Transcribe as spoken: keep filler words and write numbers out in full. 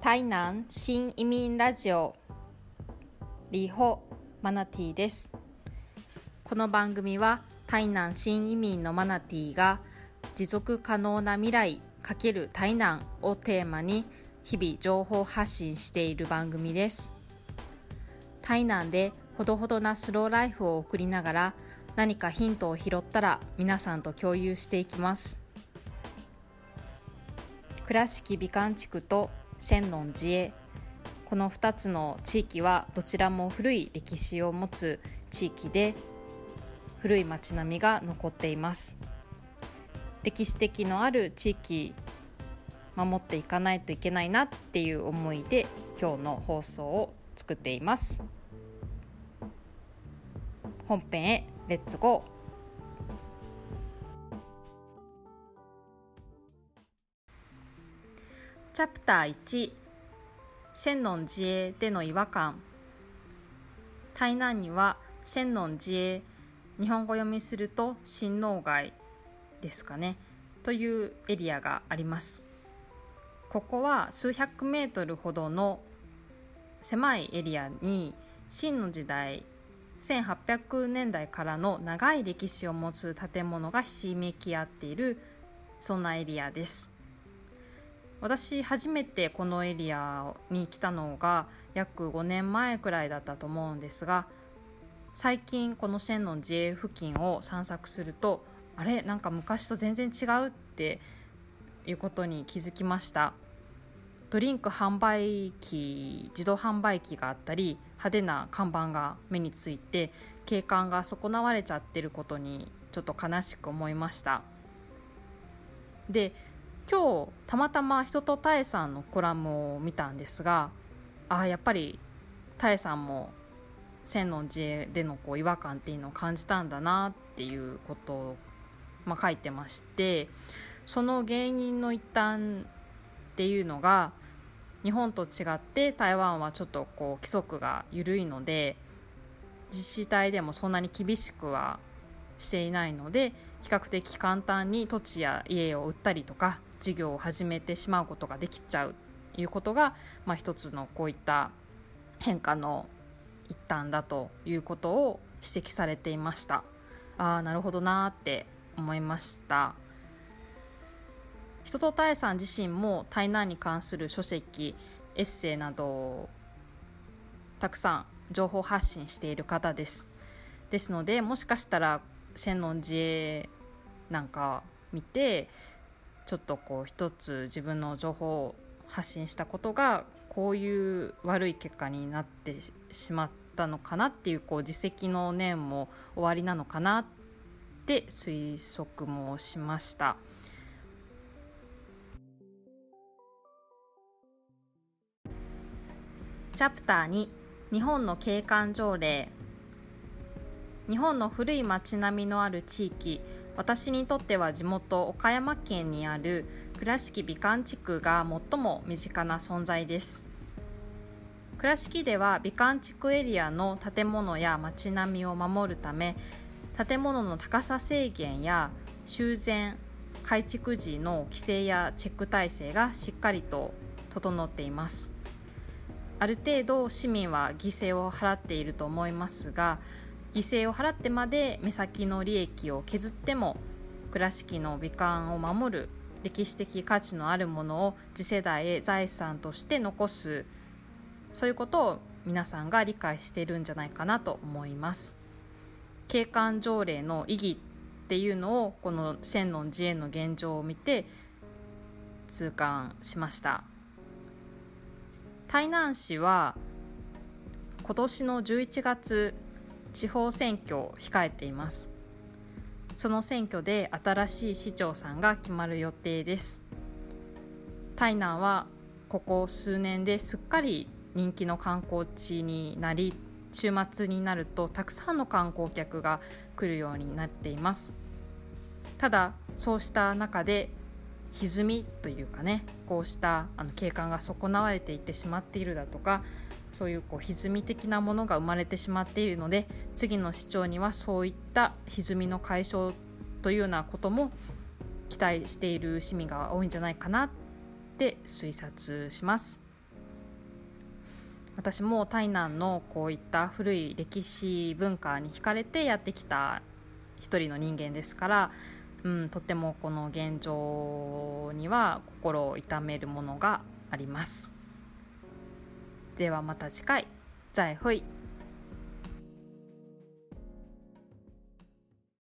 台南新移民ラジオリホマナティです。この番組は台南新移民のマナティが持続可能な未来×台南をテーマに日々情報発信している番組です。台南でほどほどなスローライフを送りながら何かヒントを拾ったら皆さんと共有していきます。倉敷美観地区と仙農寺へ、このふたつの地域はどちらも古い歴史を持つ地域で古い町並みが残っています。歴史的のある地域守っていかないといけないなっていう思いで今日の放送を作っています。本編へレッツゴー。チャプターいち、仙農寺へでの違和感。台南には仙農寺へ、日本語読みすると新農街ですかねというエリアがあります。ここは数百メートルほどの狭いエリアに清の時代せんはっぴゃくねんだいからの長い歴史を持つ建物がひしめき合っている、そんなエリアです。私初めてこのエリアに来たのが約ごねんまえくらいだったと思うんですが、最近この仙農寺へ付近を散策すると、あれなんか昔と全然違うっていうことに気づきました。ドリンク販売機、自動販売機があったり、派手な看板が目について景観が損なわれちゃってることにちょっと悲しく思いました。で、今日たまたま人とタエさんのコラムを見たんですが、あやっぱりタエさんも仙農寺でのこう違和感っていうのを感じたんだなっていうことを、まあ、書いてまして、その原因の一端っていうのが、日本と違って台湾はちょっとこう規則が緩いので、自治体でもそんなに厳しくはしていないので、比較的簡単に土地や家を売ったりとか事業を始めてしまうことができちゃうということが、まあ、一つのこういった変化の一端だということを指摘されていました。ああなるほどなって思いました。人とタエさん自身も台南に関する書籍、エッセイなどをたくさん情報発信している方です。ですので、もしかしたら仙農寺へなんか見て、ちょっとこう一つ自分の情報を発信したことがこういう悪い結果になってしまったのかなっていう、こう自責の念も終わりなのかなって推測もしました。チャプターに、日本の景観条例。日本の古い町並みのある地域、私にとっては地元岡山県にある倉敷美観地区が最も身近な存在です。倉敷では美観地区エリアの建物や町並みを守るため、建物の高さ制限や修繕改築時の規制やチェック体制がしっかりと整っています。ある程度市民は犠牲を払っていると思いますが、犠牲を払ってまで目先の利益を削っても倉敷の美観を守る歴史的価値のあるものを次世代へ財産として残す、そういうことを皆さんが理解しているんじゃないかなと思います。景観条例の意義っていうのをこの仙農寺への現状を見て痛感しました。台南市は今年のじゅういちがつ地方選挙を控えています。その選挙で新しい市長さんが決まる予定です。台南はここ数年ですっかり人気の観光地になり、週末になるとたくさんの観光客が来るようになっています。ただそうした中で歪みというかね、こうしたあの景観が損なわれていってしまっているだとか、そういうこう歪み的なものが生まれてしまっているので、次の市長にはそういった歪みの解消というようなことも期待している市民が多いんじゃないかなって推察します。 私も台南のこういった古い歴史文化に惹かれてやってきた一人の人間ですから、うん、とってもこの現状には心を痛めるものがあります。ではまた次回。再会。